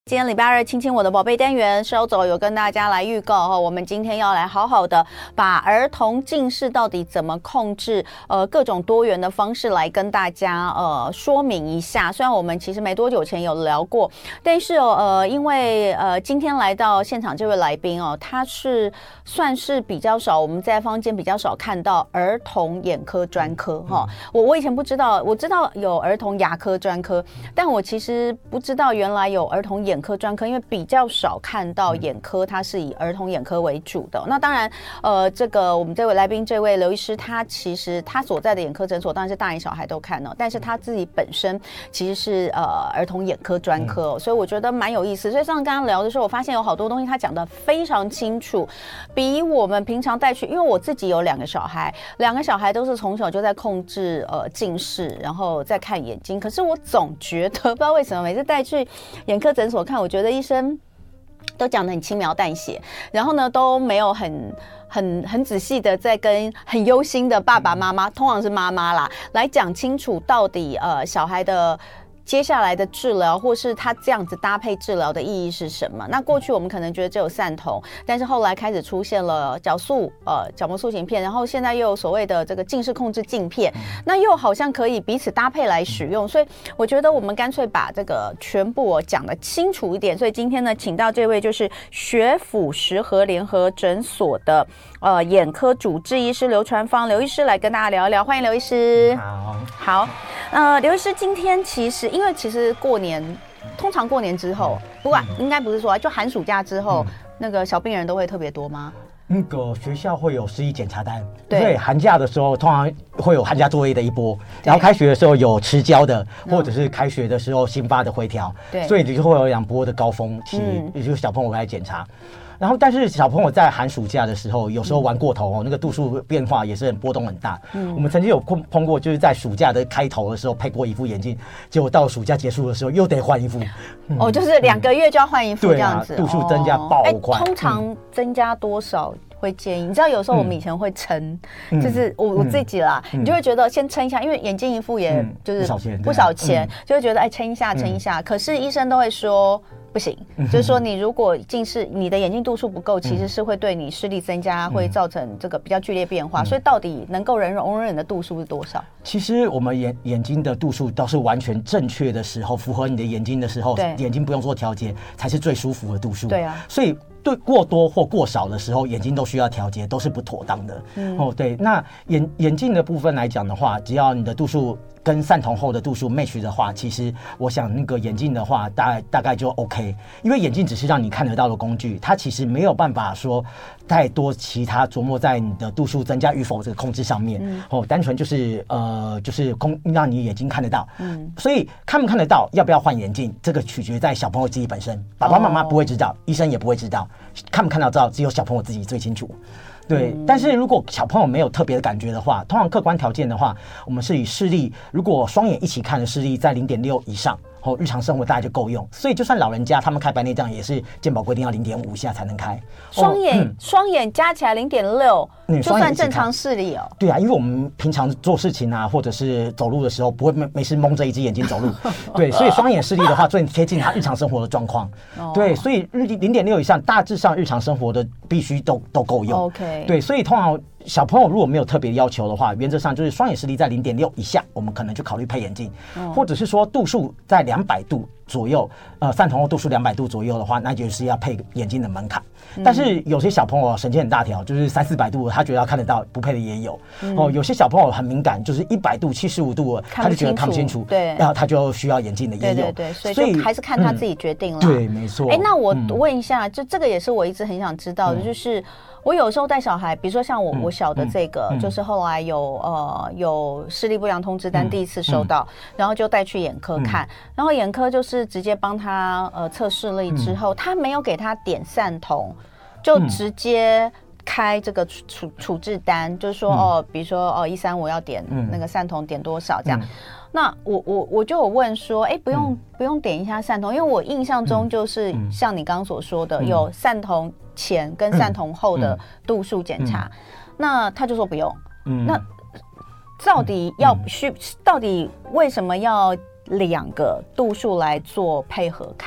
今天礼拜二，亲亲我的宝贝单元，稍早有跟大家来预告哈，我们今天要来好好的把儿童近视到底怎么控制，各种多元的方式来跟大家说明一下。虽然我们其实没多久前有聊过，但是因为今天来到现场这位来宾哦，他是算是比较少，我们在坊间比较少看到儿童眼科专科哈。我以前不知道，我知道有儿童牙科专科，但我其实不知道原来有儿童眼科专科，因为比较少看到眼科它是以儿童眼科为主的。那当然这个我们这位来宾这位刘医师，他其实他所在的眼科诊所当然是大人小孩都看哦，但是他自己本身其实是儿童眼科专科所以我觉得蛮有意思。所以像刚刚聊的时候，我发现有好多东西他讲得非常清楚，比我们平常带去，因为我自己有两个小孩都是从小就在控制近视，然后再看眼睛。可是我总觉得不知道为什么每次带去眼科诊所看，我觉得医生都讲得很轻描淡写，然后呢都没有很仔细的在跟很忧心的爸爸妈妈，通常是妈妈啦，来讲清楚到底小孩的接下来的治疗，或是他这样子搭配治疗的意义是什么？那过去我们可能觉得只有散瞳，但是后来开始出现了角膜塑形片，然后现在又有所谓的这个近视控制镜片，那又好像可以彼此搭配来使用，所以我觉得我们干脆把这个全部讲得清楚一点。所以今天呢，请到这位就是学府十和联合诊所的眼科主治医师刘传芳刘医师来跟大家聊一聊，欢迎刘医师。好，刘医师今天其实过年，通常过年之后，不过应该不是说就寒暑假之后，那个小病人都会特别多吗？ 那个学校会有实体检查单，对，寒假的时候通常会有寒假作业的一波，然后开学的时候有迟交的，或者是开学的时候新发的回调，对，所以就会有两波的高峰期，也就是小朋友来检查。然后，但是小朋友在寒暑假的时候，有时候玩过头那个度数变化也是很波动很大。我们曾经有碰过，就是在暑假的开头的时候配过一副眼镜，结果到暑假结束的时候又得换一副。就是2个月就要换一副这样子， 度数增加爆快。 通常增加多少？会建议你知道有时候我们以前会称，就是我自己啦，你就会觉得先称一下，因为眼镜一副也就是不少钱，就会觉得称一下，可是医生都会说不行，就是说你如果近视，你的眼镜度数不够，其实是会对你视力增加，会造成这个比较剧烈变化。所以到底能够容忍的度数是多少？ 其实我们眼睛的度数倒是完全正确的时候，符合你的眼睛的时候，眼睛不用做调节，才是最舒服的度数。对啊，所以对过多或过少的时候，眼睛都需要调节，都是不妥当的。对，那眼镜的部分来讲的话，只要你的度数跟散瞳后的度数 match 的话，其实我想那个眼镜的话大概就 OK， 因为眼镜只是让你看得到的工具，它其实没有办法说太多其他琢磨在你的度数增加与否这个控制上面。单纯就是让你眼睛看得到。所以看不看得到，要不要换眼镜，这个取决在小朋友自己本身，爸爸妈妈不会知道，医生也不会知道，看不看得到只有小朋友自己最清楚。对，但是如果小朋友没有特别的感觉的话，通常客观条件的话，我们是以视力，如果双眼一起看的视力在 0.6 以上，日常生活大概就够用。所以就算老人家他们开白内障，也是健保规定要 0.5 以下才能开。 双眼加起来 0.6，就算正常视力哦。 对啊，因为我们平常做事情啊，或者是走路的时候，不会没事蒙着一只眼睛走路。对，所以双眼视力的话，最贴近他日常生活的状况。对，所以0.6以上，大致上日常生活的必须都够用。OK。对，所以通常小朋友如果没有特别要求的话，原则上就是双眼视力在 0.6 以下，我们可能就考虑配眼镜，或者是说度数在200度左右，散瞳后度数200度左右的话，那就是要配眼镜的门槛。但是有些小朋友神经很大条，就是300-400度，他觉得要看得到，不配的也有。有些小朋友很敏感，就是100度、75度，他就觉得看不清楚，对，然后他就需要眼镜的也有。 对，所以还是看他自己决定了。 对，没错。 那我问一下，就这个也是我一直很想知道的，就是我有时候带小孩，比如说像我小的这个，就是后来有视力不良通知单第一次收到，然后就带去眼科看，然后眼科就是直接帮他测视力之后，他没有给他点散瞳，就直接开这个处置单，就是说比如说135要点那个散瞳点多少这样。那我就有问说，不用点一下散瞳，因为我印象中就是像你刚刚所说的，有散瞳前跟散瞳后的度数检查，那他就说不用。那到底到底为什么要2个度数来做配合看？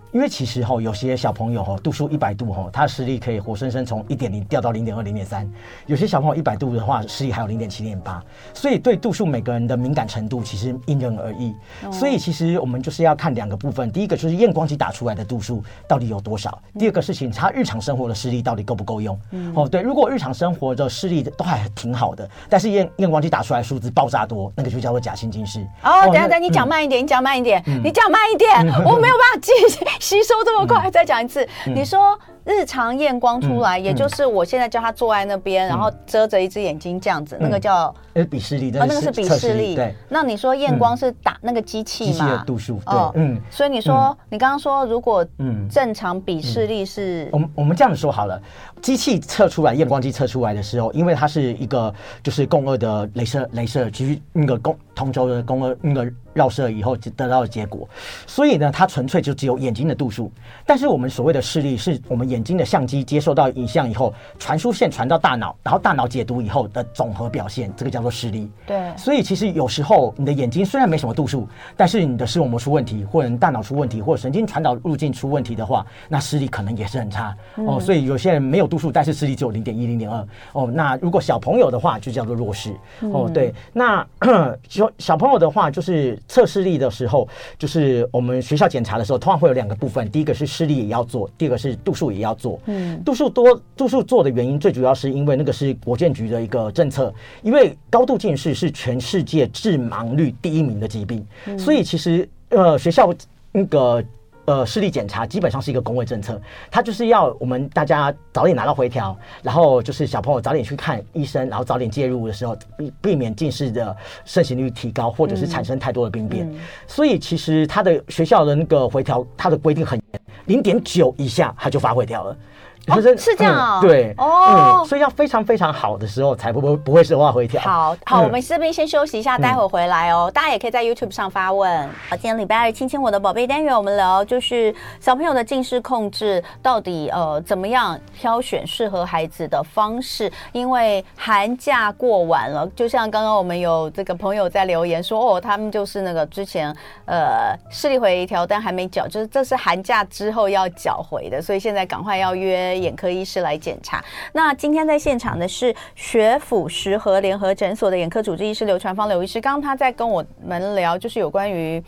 因为其实有些小朋友度数100度他的视力可以活生生从 1.0 掉到 0.2 0.3， 有些小朋友100度的话视力还有 0.7 0.8， 所以对度数每个人的敏感程度其实因人而异，所以其实我们就是要看2个部分，第一个就是验光机打出来的度数到底有多少，第二个事情他日常生活的视力到底够不够用。对，如果日常生活的视力都还挺好的，但是验光机打出来数字爆炸多，那个就叫做假性近视。 等一下你讲慢一点，你讲慢一点，你讲慢一点，我没有办法吸收这么快。再讲一次，你说日常验光出来，也就是我现在叫他坐在那边，然后遮着一只眼睛这样子，那个叫比视力， 那个是比视力。 对， 那你说验光是打那个机器嘛？ 机器的度数，对， 所以你说你刚刚说，如果正常比视力是， 我们这样说好了，机器测出来，验光机测出来的时候，因为它是一个就是共轭的镭射，其实那个同轴的共轭那个绕射以后得到的结果，所以呢，它纯粹就只有眼睛的度数。但是我们所谓的视力，是我们眼睛的相机接收到影像以后，传输线传到大脑，然后大脑解读以后的总和表现，这个叫做视力。 对， 所以其实有时候你的眼睛虽然没什么度数，但是你的视网膜出问题，或者大脑出问题，或者神经传导路径出问题的话，那视力可能也是很差所以有些人没有度数，但是视力只有 0.1 0.2那如果小朋友的话，就叫做弱视对，那小朋友的话，就是测视力的时候，就是我们学校检查的时候，通常会有2个部分，第一个是视力也要做，第二个是度数也要做。度数做的原因，最主要是因为那个是国健局的一个政策，因为高度近视是全世界致盲率第1名的疾病，所以其实学校那个视力检查基本上是一个公卫政策，它就是要我们大家早点拿到回条，然后就是小朋友早点去看医生，然后早点介入的时候，避免近视的盛行率提高，或者是产生太多的病变。所以其实他的学校的那个回条，它的规定很严，0.9以下他就发回条了。 是这样对所以要非常非常好的时候才不会收到回条。 好，我们这边先休息一下，待会回来大家也可以在 YouTube 上发问。好，今天礼拜二亲亲我的宝贝单元，我们聊就是小朋友的近视控制到底怎么样挑选适合孩子的方式。因为寒假过完了，就像刚刚我们有这个朋友在留言说他们就是那个之前视力回调但还没缴，就是这是寒假之后要缴回的，所以现在赶快要约眼科医师来检查。那今天在现场的是学府十和联合诊所的眼科主治医师刘传芳刘医师，刚刚他在跟我们聊就是有关于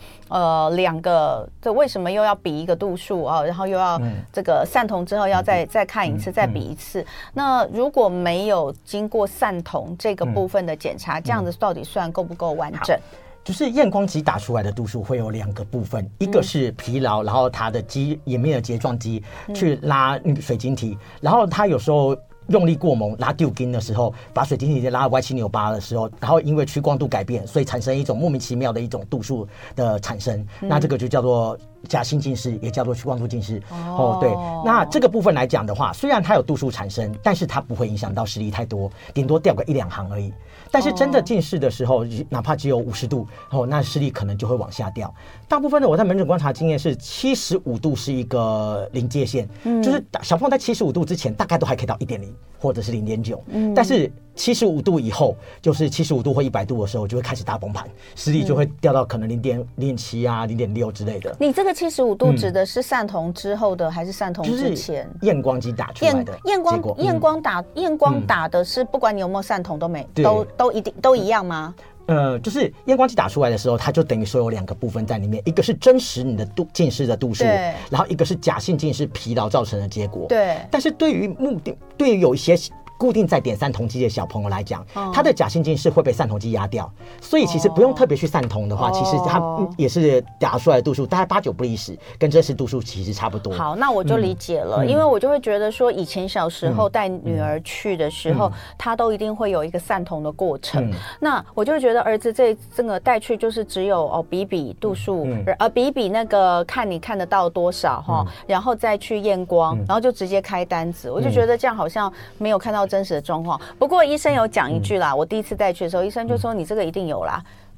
2个这为什么又要比一个度数然后又要这个散瞳之后要再看一次再比一次。那如果没有经过散瞳这个部分的检查，这样子到底算够不够完整？ 就是验光机打出来的度数会有2个部分，一个是疲劳，然后它的眼面的睫状肌去拉那个水晶体，然后它有时候用力过猛拉丢筋的时候，把水晶体拉歪七扭八的时候，然后因为屈光度改变，所以产生一种莫名其妙的一种度数的产生，那这个就叫做假性近视，也叫做屈光度近视。对，那这个部分来讲的话，虽然它有度数产生，但是它不会影响到视力太多，顶多掉个1-2行而已。但是真的近视的时候，哪怕只有50度那视力可能就会往下掉。大部分的我在门诊观察经验是75度是一个临界线，就是小朋友在75度之前大概都还可以到 1.0 或者是 0.9，但是75度以后，就是75度或100度的时候就会开始大崩盘，视力就会掉到可能0.7啊 0.6 之类的。 你这个75度指的是散瞳之后的还是散瞳之前？ 验光机打出来的验光打的是不管你有没有散瞳都一样吗？ 就是验光机打出来的时候，它就等于说有2个部分在里面，一个是真实你的近视的度数，然后一个是假性近视疲劳造成的结果。 对。 但是对于有一些固定在点散瞳机的小朋友来讲，他的假性近视会被散瞳机压掉，所以其实不用特别去散瞳的话，其实它也是打出来的度数大概8-9不离10，跟真实度数其实差不多。 好，那我就理解了，因为我就会觉得说，以前小时候带女儿去的时候，她都一定会有一个散瞳的过程。那我就会觉得儿子这个带去就是只有比度数，比那个看你看得到多少然后再去验光，然后就直接开单子。我就觉得这样好像没有看到真实的状况。不过医生有讲一句啦，我第一次带去的时候，医生就说你这个一定有啦。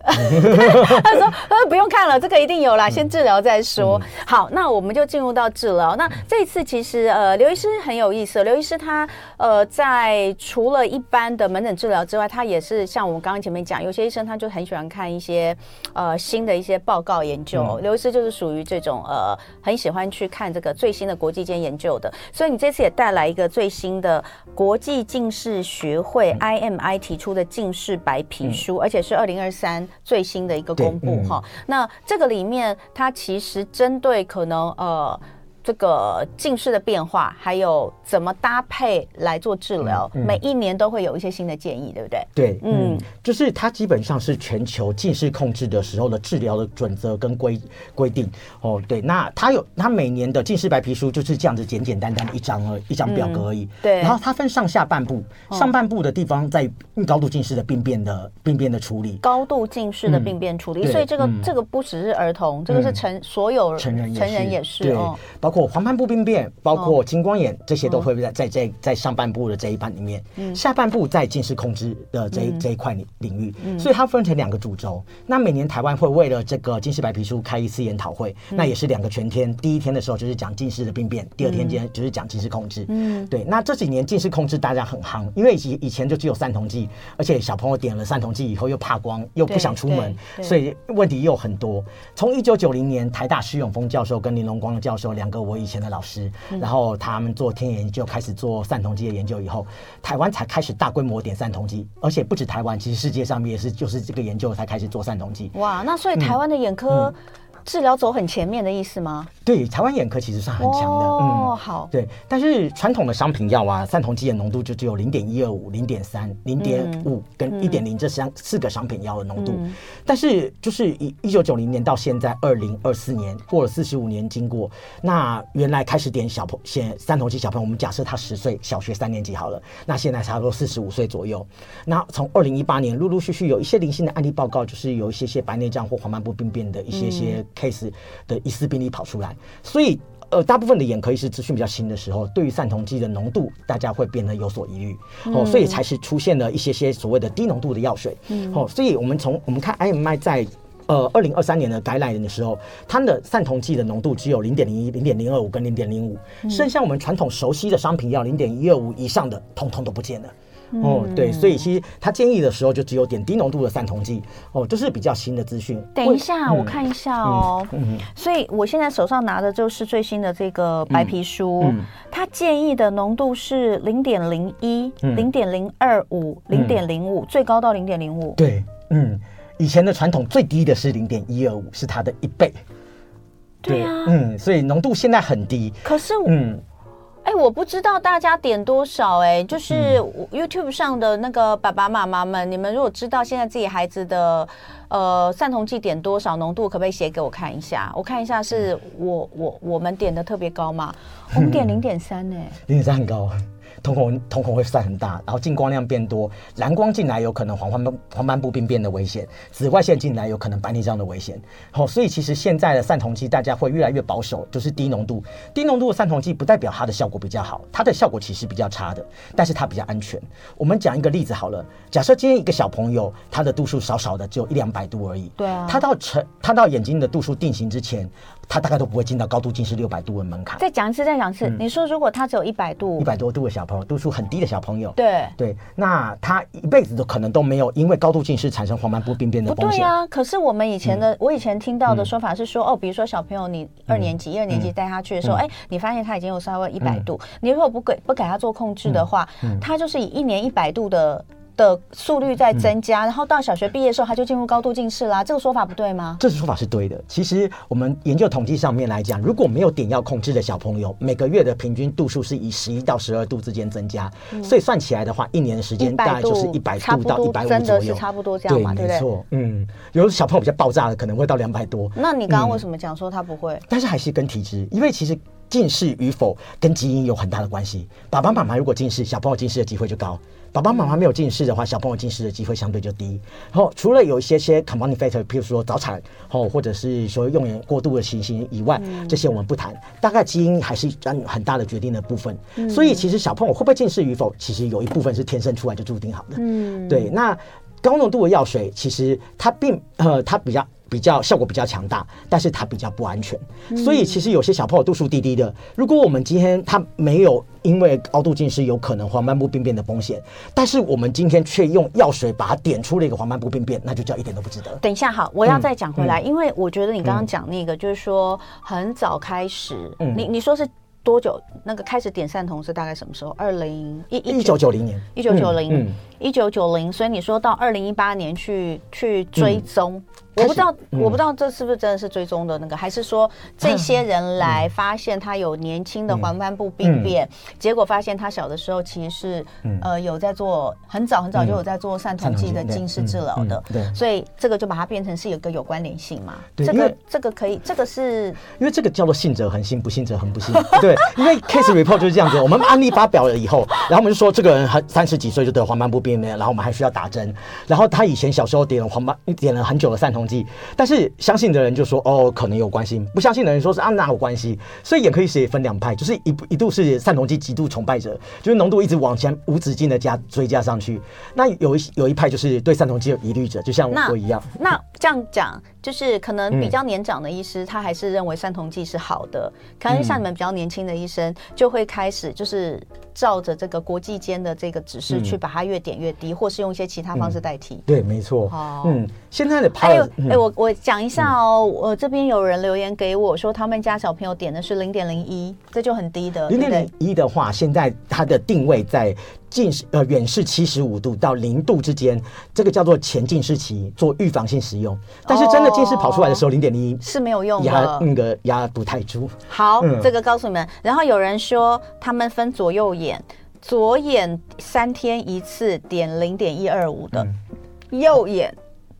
他说不用看了，这个一定有啦，先治疗再说。好，那我们就进入到治疗。那这一次其实刘医师很有意思，刘医师他在除了一般的门诊治疗之外，他也是像我们刚刚前面讲，有些医生他就很喜欢看一些新的一些报告研究。刘医师就是属于这种很喜欢去看这个最新的国际间研究的，所以你这次也带来一个最新的国际近视学会 IMI 提出的近视白皮书，而且是2023最新的一个公布哈。那这个里面它其实针对可能这个近视的变化，还有怎么搭配来做治疗，每一年都会有一些新的建议，对不对？ 对，就是它基本上是全球近视控制的时候的治疗的准则跟规定哦。对，那它每年的近视白皮书就是这样子简简单单的一张表格而已。 对， 然后它分上下半部，上半部的地方在高度近视的病变的处理， 高度近视的病变处理，所以这个不只是儿童，这个是所有成人也是对，包括黄斑部病变，包括青光眼，这些都会在上半部的这一半里面，下半部在近视控制的这一块领域，所以它分成2个主轴。那每年台湾会为了这个近视白皮书开一次研讨会，那也是2个全天，第一天的时候就是讲近视的病变，第二天就是讲近视控制。对，那这几年近视控制大家很夯，因为以前就只有散瞳剂，而且小朋友点了散瞳剂以后又怕光，又不想出门，所以问题又很多。从1990年台大施永峰教授跟林荣光教授2个我以前的老师，然后他们做天眼研究，开始做散瞳剂的研究以后，台湾才开始大规模点散瞳剂，而且不止台湾，其实世界上面也是就是这个研究才开始做散瞳剂。 哇，那所以台湾的眼科治疗走很前面的意思吗？ 对，台湾眼科其实算很强的。 好。 对，但是传统的商品药啊，散瞳剂的浓度就只有0.125、0.3、0.5跟1.0这4个商品药的浓度。但是就是以1990年到现在2024年，过了45年经过，那原来开始点散瞳剂小朋友，我们假设他10岁，小学3年级好了，那现在差不多45岁左右。那从2018年陆陆续续有一些零星的案例报告，就是有一些白内障或黄斑部病变的一些case 的疑似病例跑出来，所以大部分的眼科医师资讯比较新的时候，对于散瞳剂的浓度，大家会变得有所疑虑，所以才是出现了一些所谓的低浓度的药水。所以我们看 IMI 在2023年的改来的时候，它的散瞳剂的浓度只有0.01、0.025跟0.05，剩下我们传统熟悉的商品药0.125以上的，通通都不见了。对，所以其实他建议的时候就只有点低浓度的散瞳剂。这是比较新的资讯。 等一下，我看一下哦。所以我现在手上拿的就是最新的这个白皮书，他建议的浓度是0.01、0.025、0.05，最高到0.05。 对，以前的传统最低的是0.125，是它的1倍。 对啊， 所以浓度现在很低。 可是我不知道大家点多少就是 YouTube 上的那个爸爸妈妈们，你们如果知道现在自己孩子的散瞳剂点多少浓度，可不可以写给我看一下？我看一下是我们点的特别高吗？我们点0.3 0.3很高。瞳孔会散很大，然后进光量变多，蓝光进来有可能黄斑部病变的危险，紫外线进来有可能白内障的危险。所以其实现在的散瞳剂大家会越来越保守，就是低浓度的散瞳剂不代表它的效果比较好，它的效果其实比较差的，但是它比较安全。我们讲一个例子好了，假设今天一个小朋友他的度数少少的，只有100-200度而已， 对啊， 他到眼睛的度数定型之前，他大概都不会进到高度近视600度的门槛。 再讲一次，你说如果他只有100 多度的小朋友，度数很低的小朋友， 对， 那他一辈子都可能都没有因为高度近视产生黄斑部病变的风险。 不对啊，可是我们我以前听到的说法是说，比如说小朋友你1年级带他去的时候，你发现他已经有稍微100度，你如果不给他做控制的话，他就是以1年100度的速率在增加，然后到小学毕业的时候他就进入高度近视啦，这个说法不对吗？ 这说法是对的。其实我们研究统计上面来讲，如果没有点药控制的小朋友，每个月的平均度数是以11到12度之间增加，所以算起来的话，1年的时间大概就是100度到150左右， 真的是差不多这样嘛，对不对？ 没错，有小朋友比较爆炸的，可能会到200多。 那你刚刚为什么讲说他不会？ 但是还是跟体质，因为其实近视与否跟基因有很大的关系。爸爸妈妈如果近视，小朋友近视的机会就高；爸爸妈妈没有近视的话，小朋友近视的机会相对就低。然后除了有一些 compounding factor， 譬如说早产或者是说用眼过度的情形以外，这些我们不谈。大概基因还是占很大的决定的部分。所以其实小朋友会不会近视与否，其实有一部分是天生出来就注定好的。对，那高浓度的药水其实它它比较效果比较强大，但是它比较不安全。所以其实有些小朋友度数低低的，如果我们今天他没有因为高度近视有可能黄斑部病变的风险，但是我们今天却用药水把它点出了一个黄斑部病变，那就叫一点都不值得。 等一下，好，我要再讲回来，因为我觉得你刚刚讲那个就是说很早开始，你说是多久？那个开始点散瞳是大概什么时候？1990 年。 1990，所以你说到2018年去追踪。我不知道这是不是真的是追踪的那个，还是说这些人来发现他有年轻的黄斑部病变，结果发现他小的时候其实是有在做很早就有在做散瞳剂的近视治疗的，所以这个就把它变成是有一个有关联性嘛。这个可以，这个是因为这个叫做信则恒信，不信则恒不信。对，因为 case report 就是这样子，我们案例发表了以后，然后我们就说这个人30几岁就得黄斑部病变，然后我们还需要打针，然后他以前小时候点了很久的散瞳剂，但是相信的人就说可能有关系，不相信的人说是哪有关系。所以眼科医师也分两派，就是一度是散瞳剂极度崇拜者，就是浓度一直往前无止境的追加上去。那有一派就是对散瞳剂有疑虑者，就像我一样。 那这样讲，就是可能比较年长的医师，他还是认为散瞳剂是好的，可能像你们比较年轻的医生，就会开始就是照着这个国际间的这个指示去把它越点越低，或是用一些其他方式代替。 对，没错。现在的我讲一下我这边有人留言给我说，他们家小朋友点的是0.01，这就很低的。 0.01的话，现在它的定位在远视75度到0度之间，这个叫做前近视期，做预防性使用。但是真的近视跑出来的时候，0.1 是没有用的， 压不太住。 好，这个告诉你们。然后有人说他们分左右眼，左眼3天一次点0.125的，右眼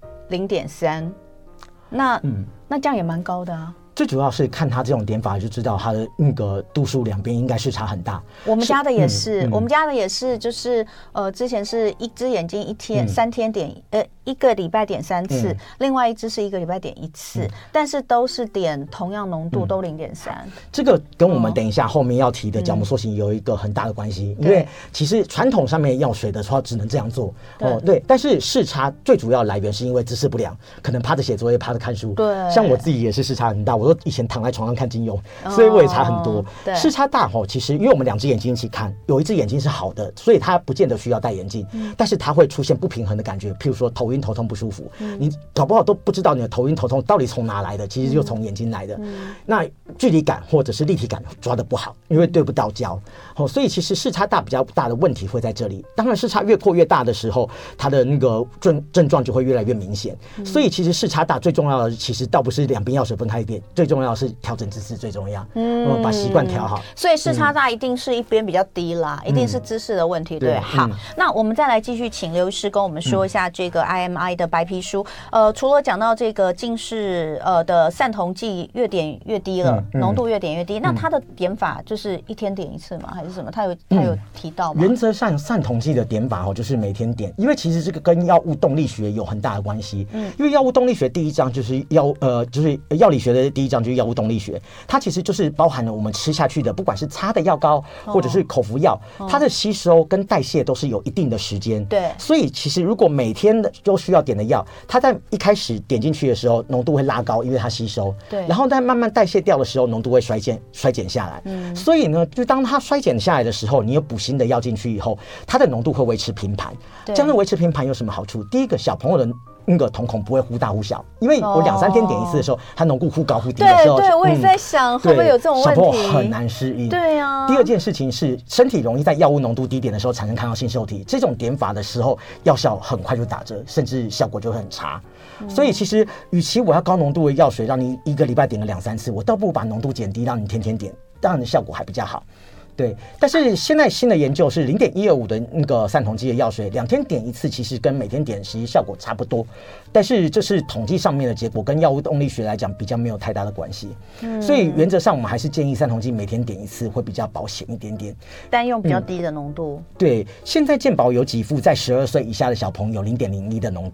0.3，那这样也蛮高的啊。 最主要是看他这种点法就知道他的那个度数两边应该是差很大。 我们家的也是，我们家的也是，就是之前是一只眼睛3天点1个礼拜点3次，另外一只是1个礼拜点1次，但是都是点同样浓度，都0.3。 这个跟我们等一下后面要提的角膜塑形有一个很大的关系，因为其实传统上面药水的话只能这样做对，但是视差最主要来源是因为姿势不良，可能趴着写作业，趴着看书。 对， 像我自己也是视差很大，我都以前躺在床上看金庸，所以我也差很多。视差大其实因为我们2只眼睛一起看，有一只眼睛是好的，所以它不见得需要戴眼镜，但是它会出现不平衡的感觉，譬如说头晕头痛不舒服，你搞不好都不知道你的头晕头痛到底从哪来的，其实就从眼睛来的。那距离感或者是立体感抓得不好，因为对不到焦，所以其实视差大比较大的问题会在这里。当然视差越扩越大的时候，它的那个症状就会越来越明显。所以其实视差大最重要的其实倒不是两边药水分开一点，最重要是调整姿势最重要，把习惯调好。 所以视差大一定是一边比较低啦，一定是姿势的问题，对。好，那我们再来继续请刘医师跟我们说一下这个 IMI 的白皮书。除了讲到这个近视的散瞳剂越点越低了，浓度越点越低，那它的点法就是1天点1次吗？还是什么？他有提到吗？ 原则上散瞳剂的点法就是每天点，因为其实这个跟药物动力学有很大的关系。因为药物动力学第一章就是药理学的第一章就是药物动力学，它其实就是包含了我们吃下去的，不管是擦的药膏或者是口服药，它的吸收跟代谢都是有一定的时间。 对， 所以其实如果每天都需要点的药，它在一开始点进去的时候浓度会拉高，因为它吸收。 对， 然后在慢慢代谢掉的时候，浓度会衰减下来。所以呢，就当它衰减下来的时候，你有补新的药进去以后，它的浓度会维持平盘。这样的维持平盘有什么好处？第一个，小朋友的那个瞳孔不会忽大忽小，因为我2-3天点1次的时候，它浓度忽高忽低的时候， 对，我也在想会不会有这种问题， 小朋友很难适应。 对啊。 第二件事情是，身体容易在药物浓度低点的时候产生抗药性受体，这种点法的时候，药效很快就打折，甚至效果就会很差。所以其实，与其我要高浓度的药水让你1个礼拜点个2-3次，我倒不如把浓度减低，让你天天点，当然效果还比较好。对，但是现在新的研究是0.125的那个散瞳剂的药水，2天点1次，其实跟每天点其实效果差不多，但是这是统计上面的结果，跟药物动力学来讲比较没有太大的关系。所以原则上我们还是建议散瞳剂每天点1次会比较保险一点点， 但用比较低的浓度。 对，现在健保有给付在12岁以下的小朋友0.01的浓度，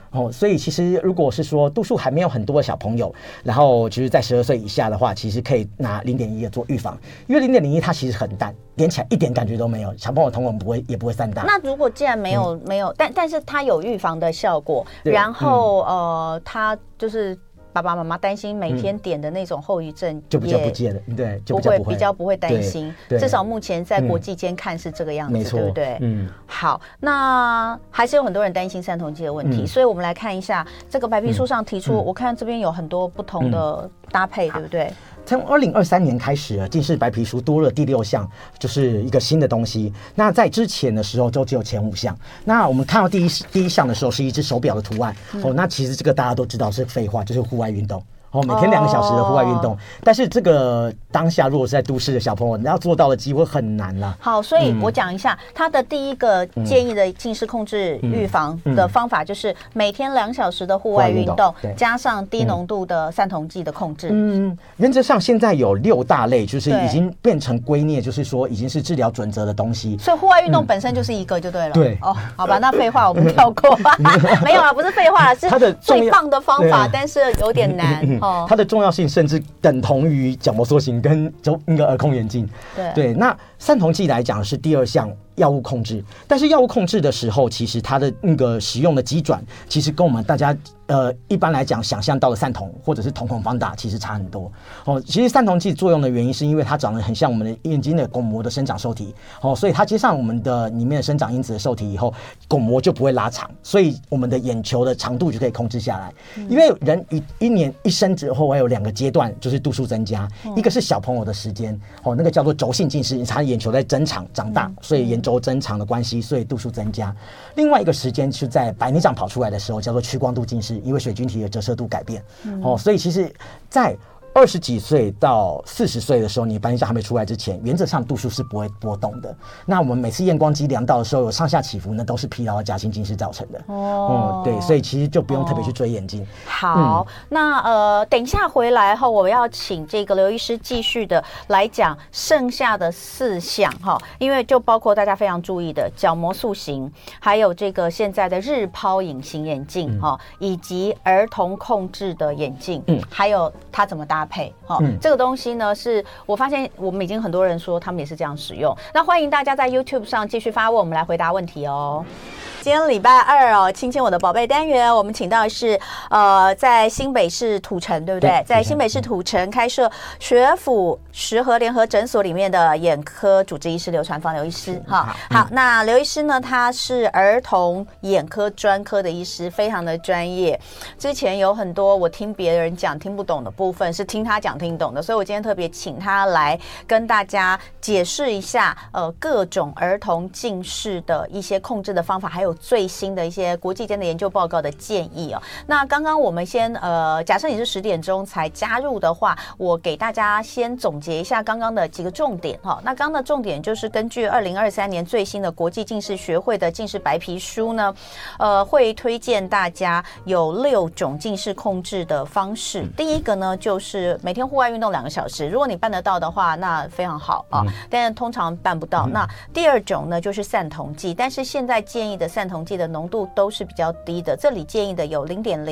所以其实如果是说度数还没有很多的小朋友，然后就是在12岁以下的话，其实可以拿0.1做预防，因为0.01它其实很淡，点起来一点感觉都没有，小朋友瞳孔也不会散大。 那如果既然没有，但是它有预防的效果，然后它就是爸爸妈妈担心每天点的那种后遗症就比较不见了，对，就比较不会担心。至少目前在国际间看是这个样子，对不对？好，那还是有很多人担心散瞳剂的问题，所以我们来看一下这个白皮书上提出，我看这边有很多不同的搭配，对不对？ 从2023年开始，近视白皮书多了第6项，就是一个新的东西。那在之前的时候，就只有前5项。那我们看到第一项的时候，是一只手表的图案。那其实这个大家都知道是废话，就是户外运动。每天2个小时的户外运动，但是这个当下如果是在都市的小朋友，你要做到的机会很难啦。 好，所以我讲一下他的第一个建议的近视控制预防的方法，就是每天2小时的户外运动，加上低浓度的散瞳剂的控制。 原则上现在有6大类，就是已经变成圭臬，就是说已经是治疗准则的东西。 所以户外运动本身就是一个就对了。 对， 好吧，那废话我们跳过。没有啊，不是废话，是它的最棒的方法，但是有点难。 它的重要性甚至等同于角膜塑形跟那个儿童眼镜。对，那散瞳剂来讲是第2项药物控制，但是药物控制的时候，其实它的那个使用的机转，其实跟我们大家一般来讲想象到的散瞳或者是瞳孔放大其实差很多。其实散瞳剂作用的原因是因为它长得很像我们的眼睛的巩膜的生长受体，所以它接上我们的里面的生长因子的受体以后，巩膜就不会拉长，所以我们的眼球的长度就可以控制下来。因为人一年一生之后会有2个阶段，就是度数增加，一个是小朋友的时间，那个叫做轴性近视，他眼球在增长长大，所以眼轴增长的关系，所以度数增加。另外一个时间是在白内障跑出来的时候，叫做屈光度近视，因为水晶体的折射度改变。所以其实在20几岁到40岁的时候，你白内障还没出来之前，原则上度数是不会波动的。那我们每次验光机量到的时候有上下起伏，那都是疲劳假性近视造成的。对，所以其实就不用特别去追眼睛。 好，那等一下回来后，我要请这个刘医师继续的来讲剩下的4项哈，因为就包括大家非常注意的角膜塑形，还有这个现在的日抛隐形眼镜哈，以及儿童控制的眼镜，还有它怎么搭配。这个东西呢，是我发现我们已经很多人说他们也是这样使用。那欢迎大家在 YouTube 上继续发问，我们来回答问题哦。今天礼拜2亲亲我的宝贝单元，我们请到的是在新北市土城，对不对？在新北市土城开设学府十和联合诊所里面的眼科主治医师刘传芳刘医师。好，那刘医师呢，他是儿童眼科专科的医师，非常的专业。之前有很多我听别人讲听不懂的部分，是听他讲听懂的，所以我今天特别请他来跟大家解释一下各种儿童近视的一些控制的方法，还有最新的一些国际间的研究报告的建议哦。那刚刚我们先假设你是10点钟才加入的话，我给大家先总结一下刚刚的几个重点哈。那刚刚的重点就是根据2023年最新的国际近视学会的近视白皮书呢，会推荐大家有6种近视控制的方式。第一个呢，就是每天户外运动2个小时，如果你办得到的话，那非常好啊。但是通常办不到。那第2种呢，就是散瞳剂，但是现在建议的散瞳剂的浓度都是比较低的，这里建议的有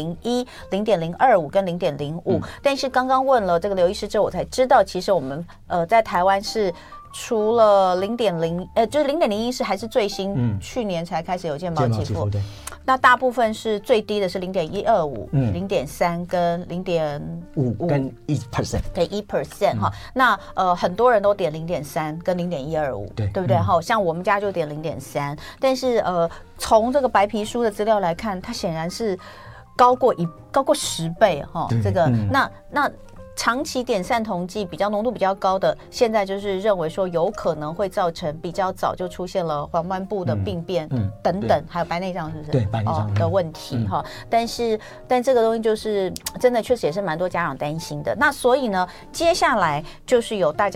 0.01、0.025 跟 0.05。但是刚刚问了这个刘医师之后，我才知道其实我们在台湾是除了0.0就是0.01是还是最新，去年才开始有健保给付。那大部分是最低的是 0.125、0.3跟 0.5 跟 1%， 对 1% 哈。那很多人都点 0.3跟 0.125， 对不对？哈，像我们家就点 0.3， 但是从这个白皮书的资料来看，它显然是高过10倍哈。这个那长期点散瞳剂比较浓度比较高的，现在就是认为说有可能会造成比较早就出现了黄斑部的病变等等，还有白内障，是不是？ 对，白内障的问题哈。但这个东西就是真的确实也是蛮多家长担心的。那所以呢，接下来就是有大家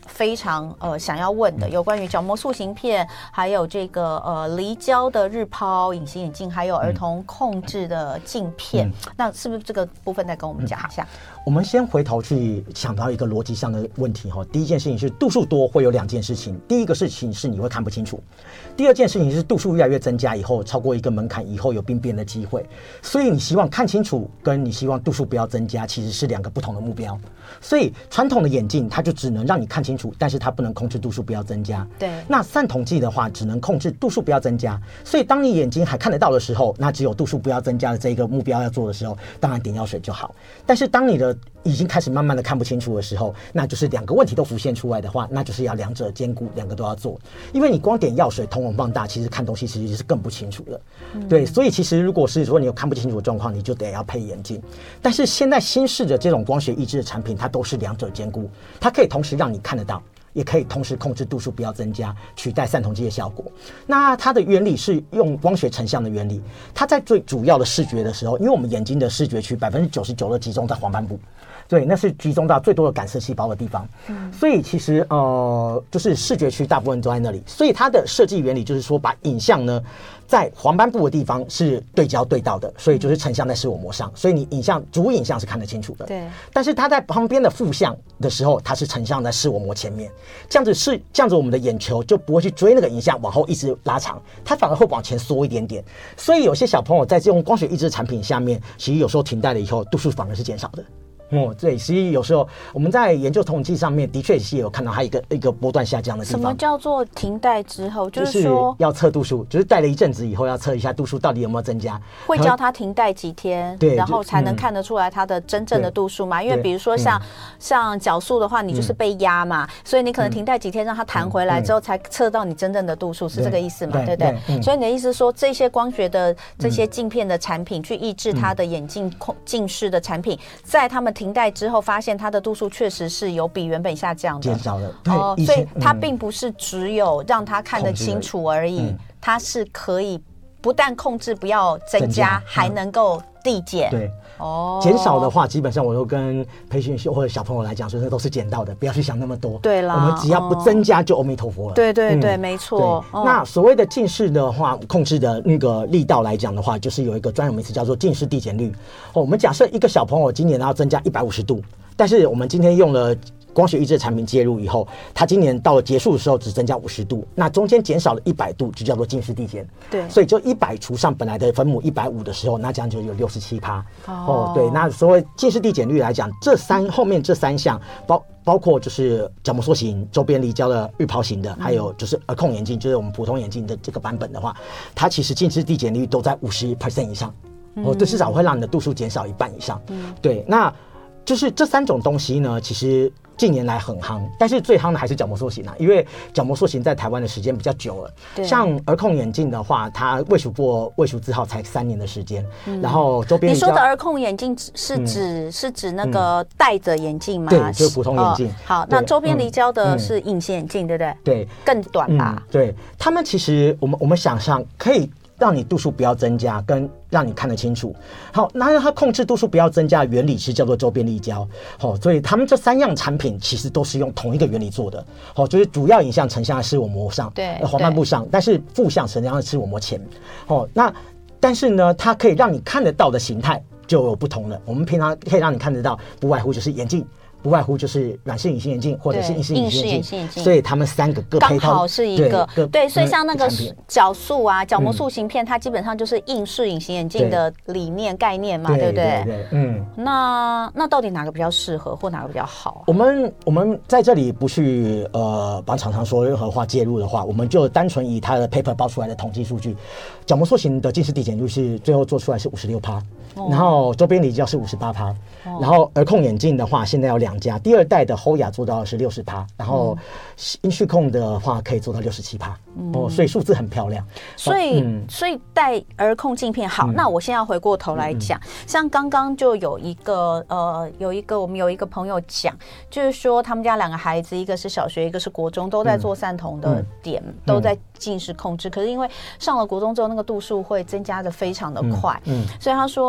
非常想要问的，有关于角膜塑形片，还有这个离焦的日抛隐形眼镜，还有儿童控制的镜片。那是不是这个部分再跟我们讲一下？ 我们先回头去想到一个逻辑上的问题哈。第一件事情是度数多会有2件事情，第一个事情是你会看不清楚，第二件事情是度数越来越增加以后，超过一个门槛以后有病变的机会。所以你希望看清楚，跟你希望度数不要增加，其实是2个不同的目标。所以传统的眼镜它就只能让你看清楚，但是它不能控制度数不要增加。 对。 那散瞳剂的话，只能控制度数不要增加。所以当你眼睛还看得到的时候，那只有度数不要增加的这一个目标要做的时候，当然点药水就好。但是当你的已经开始慢慢的看不清楚的时候，那就是2个问题都浮现出来的话，那就是要2者兼顾，2个都要做。因为你光点药水瞳孔放大，其实看东西其实是更不清楚的。对，所以其实如果是说你有看不清楚的状况，你就得要配眼镜。但是现在新式的这种光学抑制的产品，它都是2者兼顾，它可以同时让你看得到，也可以同时控制度数不要增加，取代散瞳剂的效果。那它的原理是用光学成像的原理，它在最主要的视觉的时候，因为我们眼睛的视觉区99%都集中在黄斑部，对，那是集中到最多的感色细胞的地方。所以其实就是视觉区大部分都在那里。所以它的设计原理就是说，把影像呢在黄斑部的地方是对焦对到的，所以就是成像在视网膜上，所以你主影像是看得清楚的。 对。 但是它在旁边的负像的时候，它是成像在视网膜前面，这样子我们的眼球就不会去追那个影像往后一直拉长，它反而会往前缩一点点。所以有些小朋友在这种光学抑制产品下面，其实有时候停戴了以后，度数反而是减少的。对，所以有时候我们在研究统计上面的确是有看到它一个波段下降的地方。 什么叫做停戴之后？就是说要测度数，就是戴了一阵子以后要测一下度数到底有没有增加。 会教他停戴几天，对，然后才能看得出来它的真正的度数嘛？因为比如说像角塑的话，你就是被压嘛，所以你可能停戴几天让它弹回来之后，才测到你真正的度数，是这个意思嘛？对不对？所以你的意思是说，这些光学的这些镜片的产品去抑制它的眼镜近视的产品，在他们停戴之后，发现它的度数确实是有比原本下降的， 减少了。 对，所以它并不是只有让它看得清楚而已，它是可以不但控制不要增加，还能够递减。 对，减少的话，基本上我都跟培训或者小朋友来讲说，那都是捡到的，不要去想那么多。 对啦， 我们只要不增加就阿弥陀佛了。 对对对，没错。 那所谓的近视的话，控制的那个力道来讲的话，就是有一个专有名词叫做近视递减率。我们假设一个小朋友今年要增加150度，但是我们今天用了光学抑制的产品介入以后，它今年到了结束的时候只增加50度，那中间减少了100度，就叫做近视递减。 对， 所以就100除上本来的分母150的时候，那这样就有67%。对，那所谓近视递减率来讲，后面这3项包括就是角膜塑形、周边离焦的日抛型的，还有就是儿控眼镜，就是我们普通眼镜的这个版本的话，它其实近视递减率都在50% 以上。对，至少会让你的度数减少1半以上。对，那就是这3种东西呢，其实近年来很夯，但是最夯的还是角膜塑形啊，因为角膜塑形在台湾的时间比较久了。像儿控眼镜的话，它卫署字号才3年的时间，然后周边你说的儿控眼镜是指那个戴着眼镜吗？ 对，就是普通眼镜。 好，那周边离焦的是隐形眼镜，对不对？ 对， 更短吧？ 对，他们其实我们想象可以让你度数不要增加，跟让你看得清楚。好，那它控制度数不要增加的原理是叫做周边离焦。所以他们这3样产品其实都是用同一个原理做的。就是主要影像成像在视网膜上， 对， 黄斑部上，但是负像成像在视网膜前。但是呢，它可以让你看得到的形态就有不同了。我们平常可以让你看得到，不外乎就是眼镜，不外乎就是软式隐形眼镜或者是硬式隐形眼镜，所以他们3个各配套刚好是一个对，所以像那个角塑啊、角膜塑形片，它基本上就是硬式隐形眼镜的理念概念嘛，对不对？ 对， 那到底哪个比较适合，或哪个比较好？ 我们在这里不去帮厂商说任何话介入的话，我们就单纯以它的 paper 报出来的统计数据，角膜塑形的近视递减率是最后做出来是56%，然后周边离焦是58%，然后儿控眼镜的话，现在有2家，第2代的 Hoya 做到是60%，然后英旭控的话可以做到67%，所以数字很漂亮。 所以戴儿控镜片好，那我现在回过头来讲，像刚刚就有一个我们有一个朋友讲，就是说他们家2个孩子，一个是小学，一个是国中，都在做散瞳的点，都在近视控制，可是因为上了国中之后，那个度数会增加的非常的快，所以他说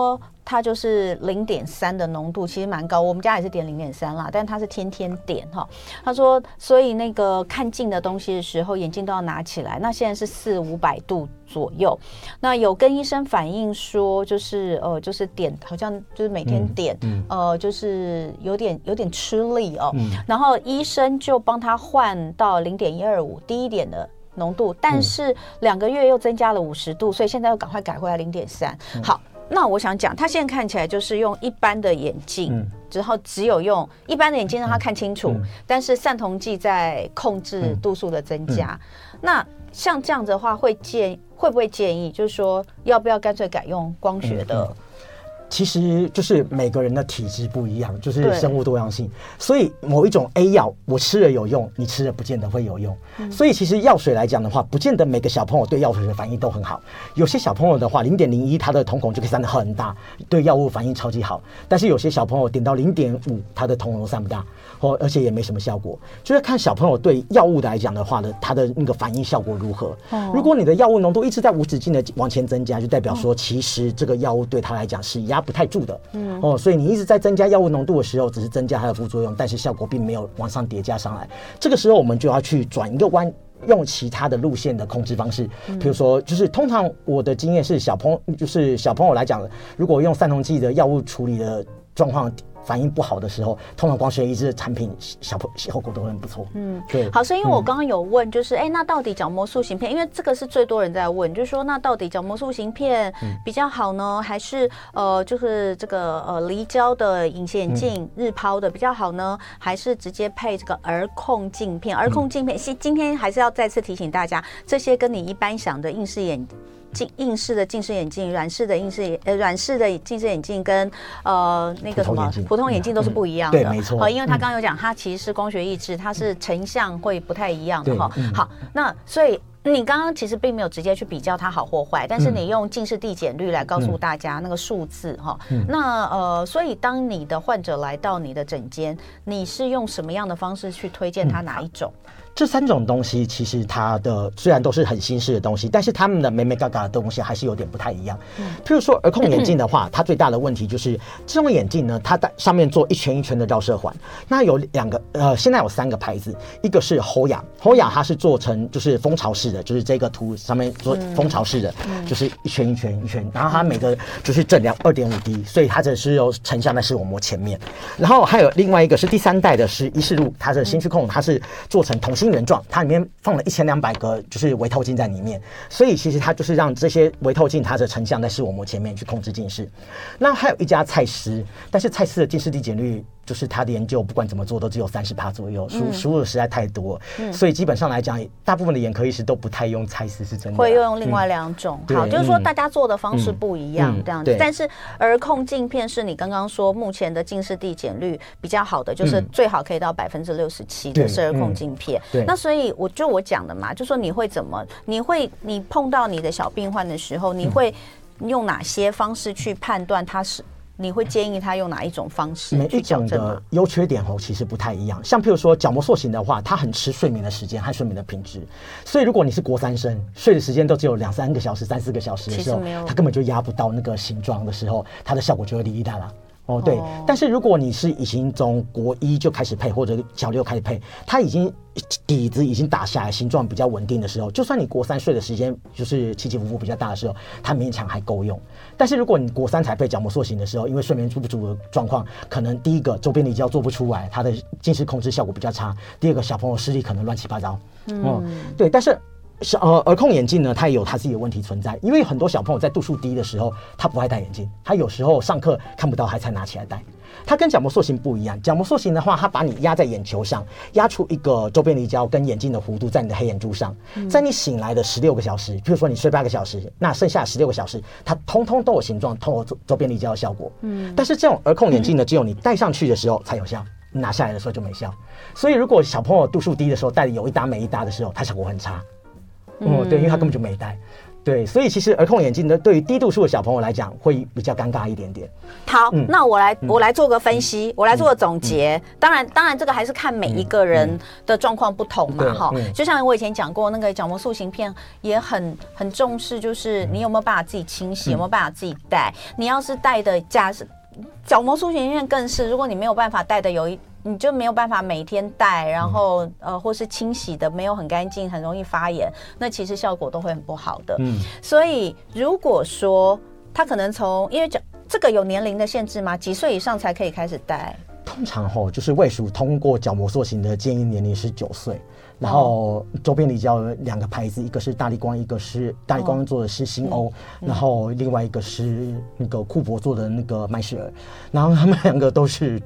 它就是0.3的浓度，其实蛮高。我们家也是点0.3啦，但它是天天点哈。他说，所以那个看近的东西的时候，眼镜都要拿起来。那现在是400-500度左右。那有跟医生反映说，就是点，好像就是每天点，就是有点吃力哦。然后医生就帮他换到0.125低一点的浓度，但是2个月又增加了50度，所以现在又赶快改回来0.3。好，那我想讲，他现在看起来就是用一般的眼镜，之后只有用一般的眼镜让他看清楚，但是散瞳剂在控制度数的增加。那像这样子的话，会不会建议，就是说要不要干脆改用光学的？ 其实就是每个人的体质不一样，就是生物多样性，所以某一种 A 药我吃了有用，你吃了不见得会有用。所以其实药水来讲的话，不见得每个小朋友对药水的反应都很好。有些小朋友的话，0.01他的瞳孔就可以散得很大，对药物反应超级好。但是有些小朋友点到0.5，他的瞳孔散不大，而且也没什么效果。就是看小朋友对药物来讲的话呢，他的那个反应效果如何。如果你的药物浓度一直在无止境的往前增加，就代表说其实这个药物对他来讲是压不太住的，所以你一直在增加药物浓度的时候，只是增加它的副作用，但是效果并没有往上叠加上来。这个时候我们就要去转一个弯，用其他的路线的控制方式，比如说，就是通常我的经验是小朋友来讲，如果用散瞳剂的药物处理的状况反应不好的时候，通常光学医治的产品效果都很不错。对。 好，所以因为我刚刚有问，就是那到底角膜塑形片，因为这个是最多人在问，就是说那到底角膜塑形片比较好呢，还是就是这个离焦的隐形眼镜日抛的比较好呢，还是直接配这个儿控镜片？儿控镜片，今天还是要再次提醒大家，这些跟你一般想的硬式的近视眼镜、软式的近视眼镜跟那个什么普通眼镜都是不一样的。 对，没错。 因为他刚刚有讲，它其实是光学抑制，它是成像会不太一样的哈。好，那所以你刚刚其实并没有直接去比较它好或坏，但是你用近视递减率来告诉大家那个数字哈。那所以当你的患者来到你的诊间，你是用什么样的方式去推荐他哪一种？ 这3种东西其实它的虽然都是很新式的东西，但是它们的美美嘎嘎的东西还是有点不太一样。譬如说儿控眼镜的话，它最大的问题就是这种眼镜呢，它在上面做一圈一圈的绕射环。那有现在有3个牌子，一个是Hoya，它是做成就是蜂巢式的，就是这个图上面做蜂巢式的，就是一圈一圈一圈，然后它每个就是正量2.5D，所以它这是有成像在视网膜前面。然后还有另外一个是第3代的是依视路，它的新区控，它是做成同心圆状，它里面放了1200个就是微透镜在里面，所以其实它就是让这些微透镜它的成像在视网膜前面去控制近视。那还有一家蔡司，但是蔡司的近视递减率就是它的研究不管怎么做都只有30%左右，输入实在太多，所以基本上来讲，大部分的眼科医师都不太用蔡司，是真的会用另外2种。好，就是说大家做的方式不一样这样子。但是儿控镜片是你刚刚说目前的近视递减率比较好的，就是最好可以到67%的是儿控镜片。那所以我讲的嘛，就说你碰到你的小病患的时候，你会用哪些方式去判断他是？你会建议他用哪一种方式去矫正吗？ 每一种的优缺点其实不太一样。像譬如说角膜塑形的话，它很吃睡眠的时间和睡眠的品质，所以如果你是国3生，睡的时间都只有2-3个小时、3-4个小时的时候，它根本就压不到那个形状的时候，它的效果就会哩哩啦啦。对，但是如果你是已经从国1就开始配，或者小6开始配，它已经底子已经打下来，形状比较稳定的时候，就算你国3睡的时间就是起起伏伏比较大的时候，它勉强还够用。但是如果你国3才配角膜塑形的时候，因为睡眠不足的状况，可能第一个周边离焦做不出来，它的近视控制效果比较差；第二个小朋友视力可能乱七八糟。对，但是儿控眼镜呢，它也有它自己的问题存在，因为很多小朋友在度数低的时候，他不爱戴眼镜，他有时候上课看不到还才拿起来戴。它跟角膜塑形不一样，角膜塑形的话，它把你压在眼球上，压出一个周边离焦跟眼镜的弧度在你的黑眼珠上，在你醒来的16个小时，譬如说你睡8个小时，那剩下16个小时，它通通都有形状，都有周边离焦的效果。但是这种儿控眼镜呢，只有你戴上去的时候才有效，你拿下来的时候就没效。所以如果小朋友度数低的时候戴有一搭没一搭的时候，它效果很差。对，因为他根本就没戴。 对，所以其实儿控眼镜呢，对于低度数的小朋友来讲，会比较尴尬一点点。 好，那我来做个分析，我来做个总结。当然，这个还是看每一个人的状况不同嘛，哈。就像我以前讲过，那个角膜塑形片也很重视，就是你有没有办法自己清洗，有没有办法自己戴。你要是戴的角膜塑形片更是，如果你没有办法戴的你就没有办法每天戴，然后或是清洗的没有很干净，很容易发炎，那其实效果都会很不好的。所以如果说他可能因为这个有年龄的限制吗？几岁以上才可以开始戴？ 通常就是卫署通过角膜塑形的建议年龄是9岁。然后周边离焦2个牌子，一个是大立光，一个是大立光做的是新欧，然后另外一个是那个库珀做的那个麦仕尔，然后他们2个都是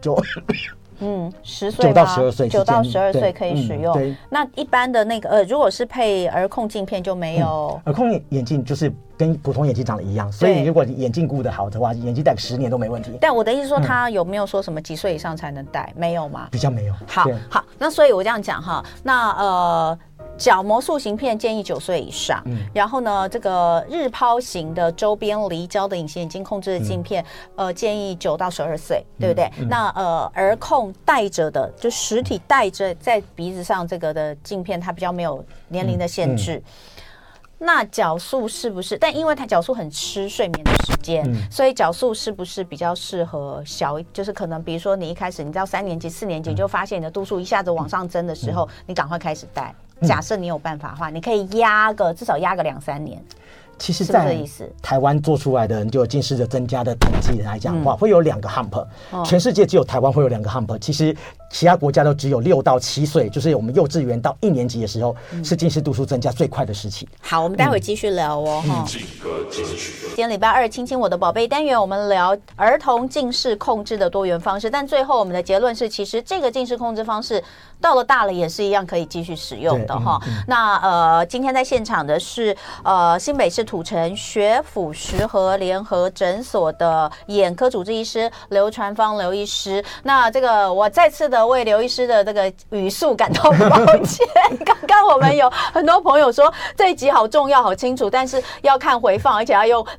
10岁 9到12岁 ，9到12岁可以使用。那一般的那个如果是配儿控镜片就没有。 儿控眼镜就是跟普通眼镜长得一样，所以如果你眼镜顾得好的话，眼镜戴10年都没问题。 但我的意思说，他有没有说什么几岁以上才能戴？没有吗？ 比较没有。 好，那所以我这样讲哈，那角膜塑形片建议9岁以上，然后呢，这个日抛型的周边离焦的隐形眼镜控制的镜片，建议9到12岁，对不对？那儿控戴着的，就实体戴着在鼻子上这个的镜片，它比较没有年龄的限制。那角塑是不是？但因为它角塑很吃睡眠的时间，所以角塑是不是比较适合就是可能比如说你一开始你到3年级、4年级就发现你的度数一下子往上增的时候，你赶快开始戴。假设你有办法的话，你可以至少压个2-3年。 其实在台湾做出来的人就有近视的增加的统计来讲的话，会有2个 hump，全世界只有台湾会有2个 hump，其实其他国家都只有6到7岁，就是我们幼稚园到1年级的时候，是近视度数增加最快的时期。 好，我们待会继续聊哦。今天礼拜2亲亲我的宝贝单元，我们聊儿童近视控制的多元方式，但最后我们的结论是，其实这个近视控制方式到了大了也是一样可以继续使用的哈。那今天在现场的是新北市土城学府十和联合诊所的眼科主治医师刘传芳刘医师。那这个我再次的为刘医师的这个语速感到抱歉。刚刚我们有很多朋友说这一集好重要好清楚，但是要看回放，而且要用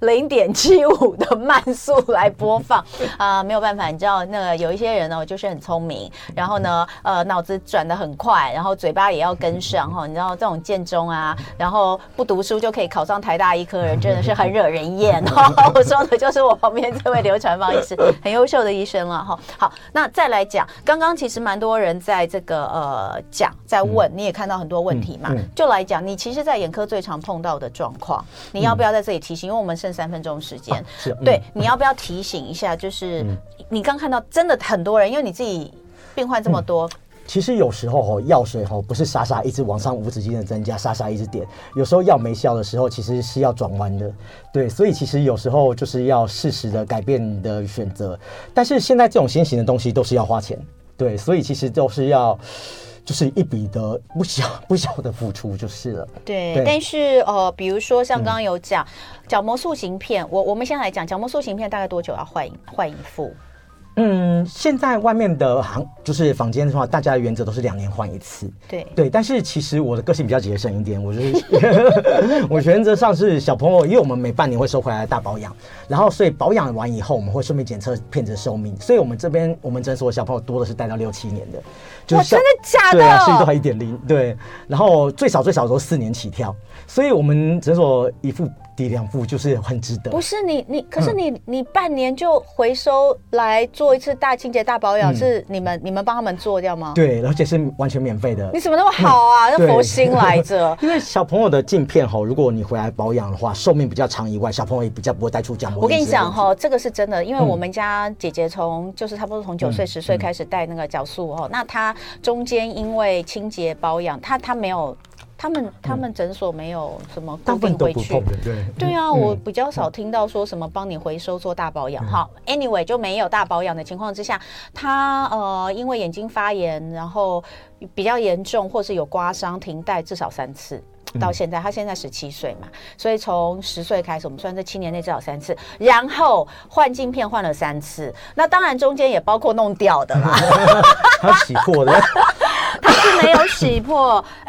0.75的慢速来播放没有办法，你知道那个有一些人呢就是很聪明，然后呢脑子转得很快，然后嘴巴也要跟上你知道这种建中啊，然后不读书就可以考上台大医科人真的是很惹人厌我说的就是我旁边这位刘传芳医师，很优秀的医生了好，那再来讲，刚刚其实蛮多人在这个讲在问，你也看到很多问题嘛，就来讲你其实在眼科最常碰到的状况，你要不要在这里提醒？因为我们剩3分钟时间对，你要不要提醒一下，就是你刚看到真的很多人，因为你自己病患这么多， 其实有时候药水不是傻傻一直往上无止境的增加，傻傻一直点，有时候药没效的时候其实是要转弯的，对，所以其实有时候就是要适时的改变你的选择，但是现在这种新型的东西都是要花钱，对，所以其实都是要就是一笔的不小的付出就是了。 对，但是比如说像刚刚有讲角膜塑形片，我们先来讲角膜塑形片大概多久要换一副？ 现在外面的就是坊间的话，大家的原则都是2年换一次。对，但是其实我的个性比较节省一点，我就是我原则上是小朋友，因为我们每半年会收回来大保养，然后所以保养完以后，我们会顺便检测片子的寿命，所以我们这边我们诊所小朋友多的是戴到6-7年的， 就是真的假的？ 对啊，视力都还1.0，对，然后最少都4年起跳，所以我们诊所一副抵2副就是很值得。 不是可是你半年就回收来做一次大清洁大保养，是你们帮他们做掉吗？ 对，而且是完全免费的。 你怎么那么好啊？要佛心来着。 因为小朋友的镜片如果你回来保养的话，寿命比较长以外，小朋友也比较不会带出角膜。 我跟你讲这个是真的，因为我们家姐姐就是差不多从9岁10岁开始戴那个角塑那她中间因为清洁保养，她没有。他们诊所没有什么固定回去，对啊，我比较少听到说什么帮你回收做大保养。好 ，anyway 就没有大保养的情况之下，他因为眼睛发炎，然后比较严重，或是有刮伤，停戴至少3次。到现在，他现在17岁嘛，所以从10岁开始，我们算这7年内至少3次，然后换镜片换了3次，那当然中间也包括弄掉的啦。 他洗破的， 他是没有洗破，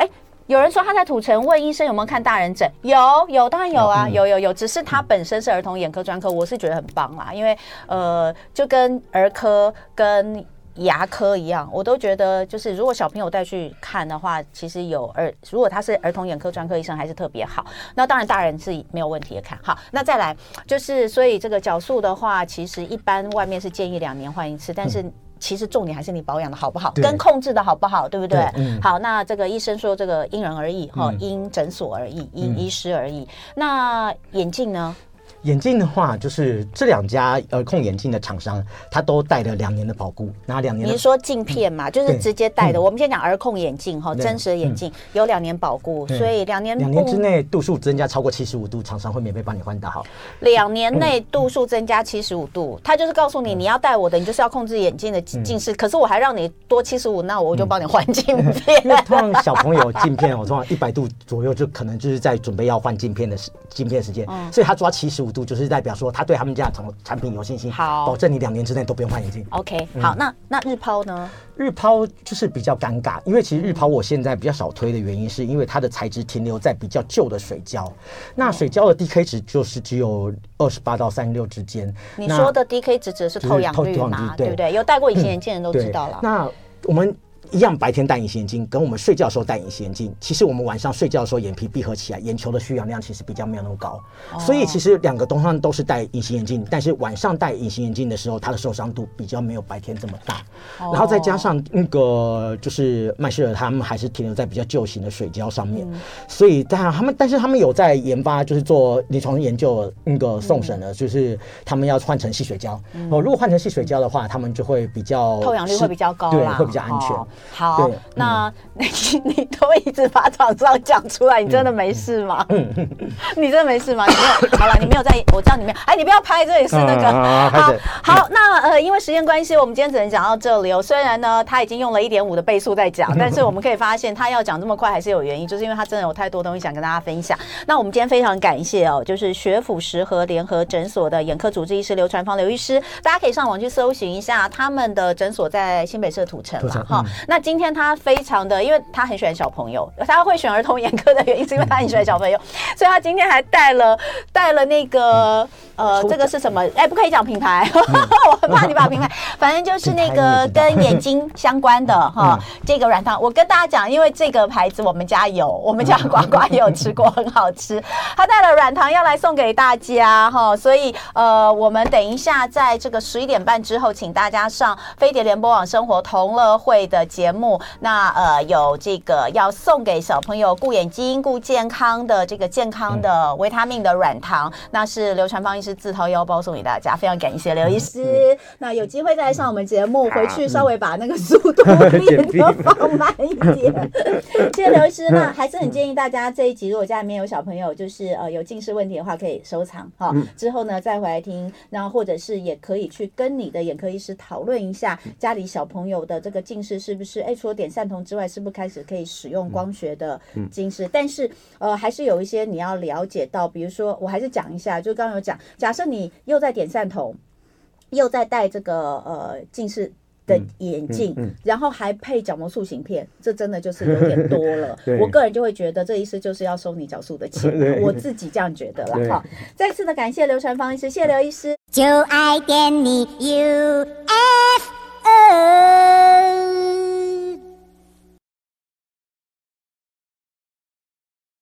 有人说他在土城问医生有没有看大人诊，有当然有啊，有，只是他本身是儿童眼科专科，我是觉得很棒啦，因为就跟儿科跟牙科一样，我都觉得就是如果小朋友带去看的话，其实如果他是儿童眼科专科医生还是特别好。那当然大人是没有问题的看。好，那再来就是所以这个角塑的话，其实一般外面是建议2年换一次，但是其实重点还是你保养的好不好，跟控制的好不好，对不对？好，那这个医生说这个因人而异，因诊所而异，因医师而异。那眼镜呢？ 眼镜的话，就是这2家儿控眼镜的厂商，他都戴了2年的保固，那2年。 你说镜片嘛，就是直接戴的。我们先讲儿控眼镜哈，真实的眼镜有2年保固，所以2年之内度数增加超过75度，厂商会免费帮你换到好。 2年内度数增加75度，他就是告诉你，你要戴我的，你就是要控制眼镜的近视。可是我还让你多75，那我就帮你换镜片。 因为通常小朋友镜片，我通常100度左右就可能就是在准备要换镜片的时间，所以他抓75度，就是代表说他对他们家产品有信心，好，保证你2年之内都不用换眼镜。 OK， 好，那日抛呢？ 日抛就是比较尴尬，因为其实日抛我现在比较少推的原因，是因为它的材质停留在比较旧的水胶，那水胶的 DK 值就是只有28到36之间。 你说的 DK 值指的是透氧率嘛？对不对？有戴过隐形眼镜的人都知道了。 那我们一样白天戴隐形眼镜，跟我们睡觉的时候戴隐形眼镜，其实我们晚上睡觉的时候眼皮闭合起来，眼球的需氧量其实比较没有那么高，所以其实2个通常都是戴隐形眼镜，但是晚上戴隐形眼镜的时候，它的受伤度比较没有白天这么大。然后再加上那个就是麦氏尔他们还是停留在比较旧型的水胶上面，所以但是他们有在研发，就是做临床研究那个送审了，就是他们要换成细水胶。如果换成细水胶的话，他们就会比较透氧率会比较高啦， 对，会比较安全。 好，那你都一直把厂商讲出来，你真的没事吗？你真的没事吗？你没有，好了，你没有在，我知道你没有。哎，你不要拍，这里是那个。好，那因为时间关系，我们今天只能讲到这里哦。虽然呢，他已经用了1.5的倍速在讲，但是我们可以发现，他要讲这么快还是有原因，就是因为他真的有太多东西想跟大家分享。那我们今天非常感谢哦，就是学府十和联合诊所的眼科主治医师刘传芳刘医师，大家可以上网去搜寻一下他们的诊所在新北市土城啦哈。那今天他非常的，因为他很喜欢小朋友，他会选儿童眼科的原因是因为他很喜欢小朋友，所以他今天还带了那个这个是什么？哎，不可以讲品牌，我很怕你把品牌，反正就是那个跟眼睛相关的哈，这个软糖，我跟大家讲，因为这个牌子我们家有，我们家呱呱也有吃过，很好吃。他带了软糖要来送给大家哈，所以我们等一下在这个11点半之后，请大家上飞碟联播网生活同乐会的节目，那有这个要送给小朋友顾眼睛、顾健康的这个健康的维他命的软糖，那是刘传芳医师自掏腰包送给大家，非常感谢刘医师。那有机会再来上我们节目，回去稍微把那个速度练得放慢一点。谢谢刘医师。那还是很建议大家这一集，如果家里面有小朋友就是有近视问题的话，可以收藏哈，之后呢再回来听，然后或者是也可以去跟你的眼科医师讨论一下家里小朋友的这个近视是不是除了点散瞳之外，是不是开始可以使用光学的近视？但是还是有一些你要了解到，比如说我还是讲一下，就刚刚有讲，假设你又在点散瞳，又在戴这个近视的眼镜，然后还配角膜塑形片，这真的就是有点多了。我个人就会觉得这意思就是要收你角塑的钱，我自己这样觉得啦。好，再次的感谢刘传芳医师，谢谢刘医师。就爱点你 UFO。